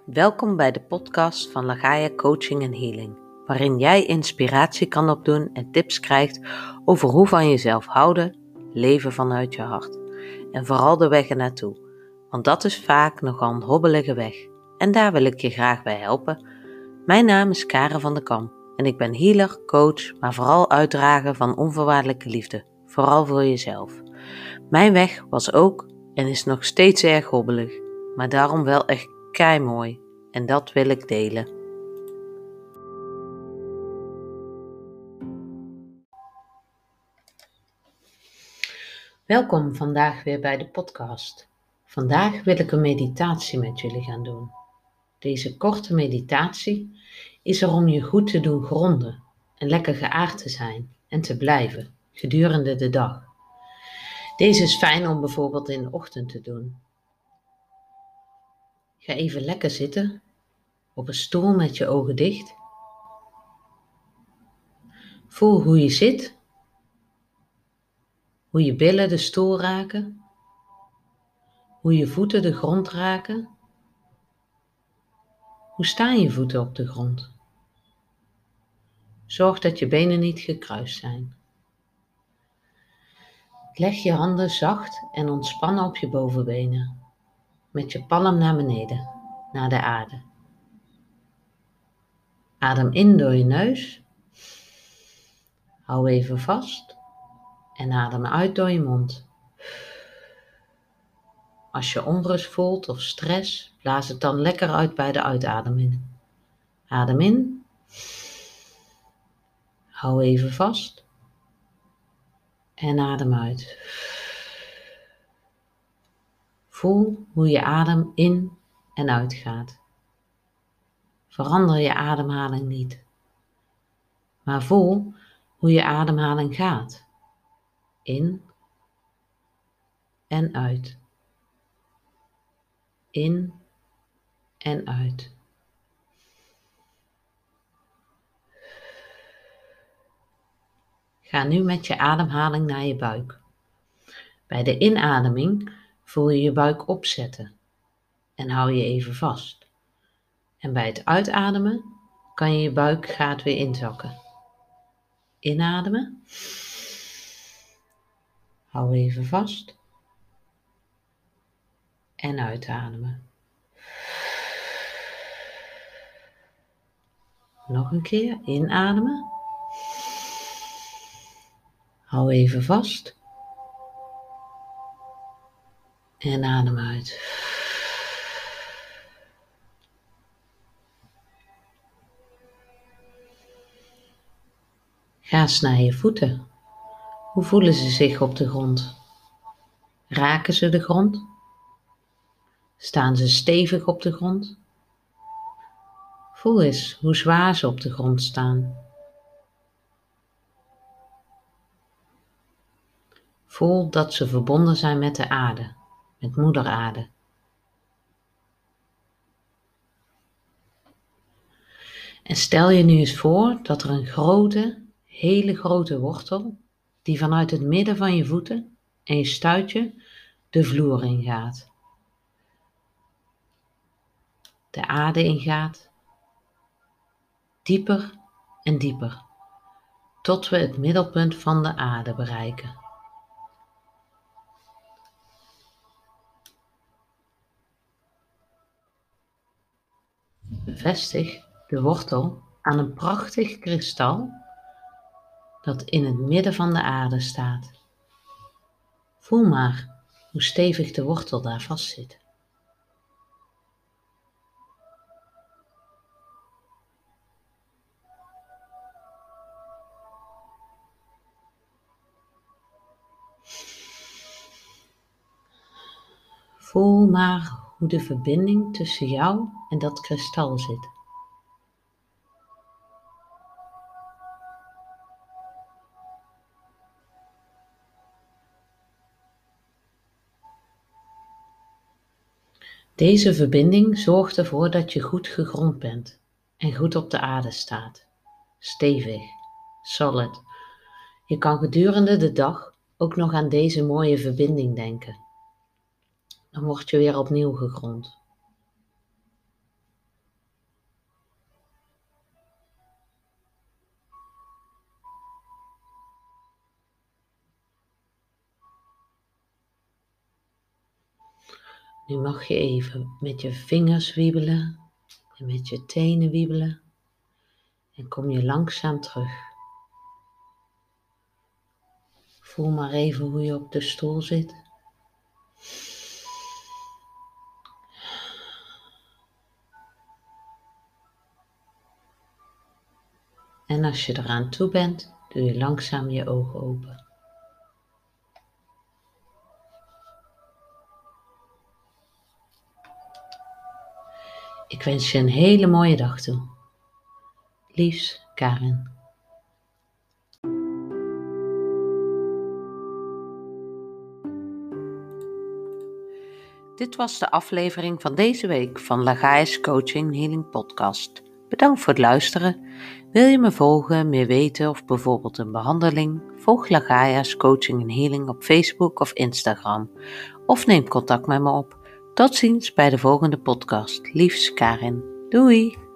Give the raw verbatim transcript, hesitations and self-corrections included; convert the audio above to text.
Welkom bij de podcast van Lagaia Coaching en Healing, waarin jij inspiratie kan opdoen en tips krijgt over hoe van jezelf houden, leven vanuit je hart. En vooral de weg ernaartoe, want dat is vaak nogal een hobbelige weg en daar wil ik je graag bij helpen. Mijn naam is Karen van der Kam en ik ben healer, coach, maar vooral uitdrager van onvoorwaardelijke liefde, vooral voor jezelf. Mijn weg was ook en is nog steeds erg hobbelig, maar daarom wel echt keimooi. En dat wil ik delen. Welkom vandaag weer bij de podcast. Vandaag wil ik een meditatie met jullie gaan doen. Deze korte meditatie is er om je goed te doen gronden en lekker geaard te zijn en te blijven gedurende de dag. Deze is fijn om bijvoorbeeld in de ochtend te doen. Ga even lekker zitten op een stoel met je ogen dicht. Voel hoe je zit, hoe je billen de stoel raken, hoe je voeten de grond raken. Hoe staan je voeten op de grond? Zorg dat je benen niet gekruist zijn. Leg je handen zacht en ontspannen op je bovenbenen, met je palm naar beneden, naar de aarde. Adem in door je neus. Hou even vast en adem uit door je mond. Als je onrust voelt of stress, blaas het dan lekker uit bij de uitademing. Adem in. Hou even vast. En adem uit. Voel hoe je adem in en uit gaat. Verander je ademhaling niet. Maar voel hoe je ademhaling gaat. In en uit. In en uit. Ga nu met je ademhaling naar je buik. Bij de inademing voel je je buik opzetten en hou je even vast. En bij het uitademen kan je je buikgaat weer inzakken. Inademen. Hou even vast. En uitademen. Nog een keer inademen. Hou even vast. En adem uit. Ga eens naar je voeten. Hoe voelen ze zich op de grond? Raken ze de grond? Staan ze stevig op de grond? Voel eens hoe zwaar ze op de grond staan. Voel dat ze verbonden zijn met de aarde, met moeder aarde. En stel je nu eens voor dat er een grote, hele grote wortel, die vanuit het midden van je voeten en je stuitje de vloer ingaat. De aarde ingaat, dieper en dieper, tot we het middelpunt van de aarde bereiken. Bevestig de wortel aan een prachtig kristal dat in het midden van de aarde staat. Voel maar hoe stevig de wortel daar vast zit. Voel maar hoe de verbinding tussen jou en dat kristal zit. Deze verbinding zorgt ervoor dat je goed gegrond bent en goed op de aarde staat. Stevig, solid. Je kan gedurende de dag ook nog aan deze mooie verbinding denken. Dan word je weer opnieuw gegrond. Nu mag je even met je vingers wiebelen en met je tenen wiebelen en kom je langzaam terug. Voel maar even hoe je op de stoel zit. En als je eraan toe bent, doe je langzaam je ogen open. Ik wens je een hele mooie dag toe. Liefs, Karin. Dit was de aflevering van deze week van Lagaia's Coaching Healing Podcast. Bedankt voor het luisteren. Wil je me volgen, meer weten of bijvoorbeeld een behandeling? Volg Lagaia's Coaching en Healing op Facebook of Instagram. Of neem contact met me op. Tot ziens bij de volgende podcast. Liefs, Karin. Doei!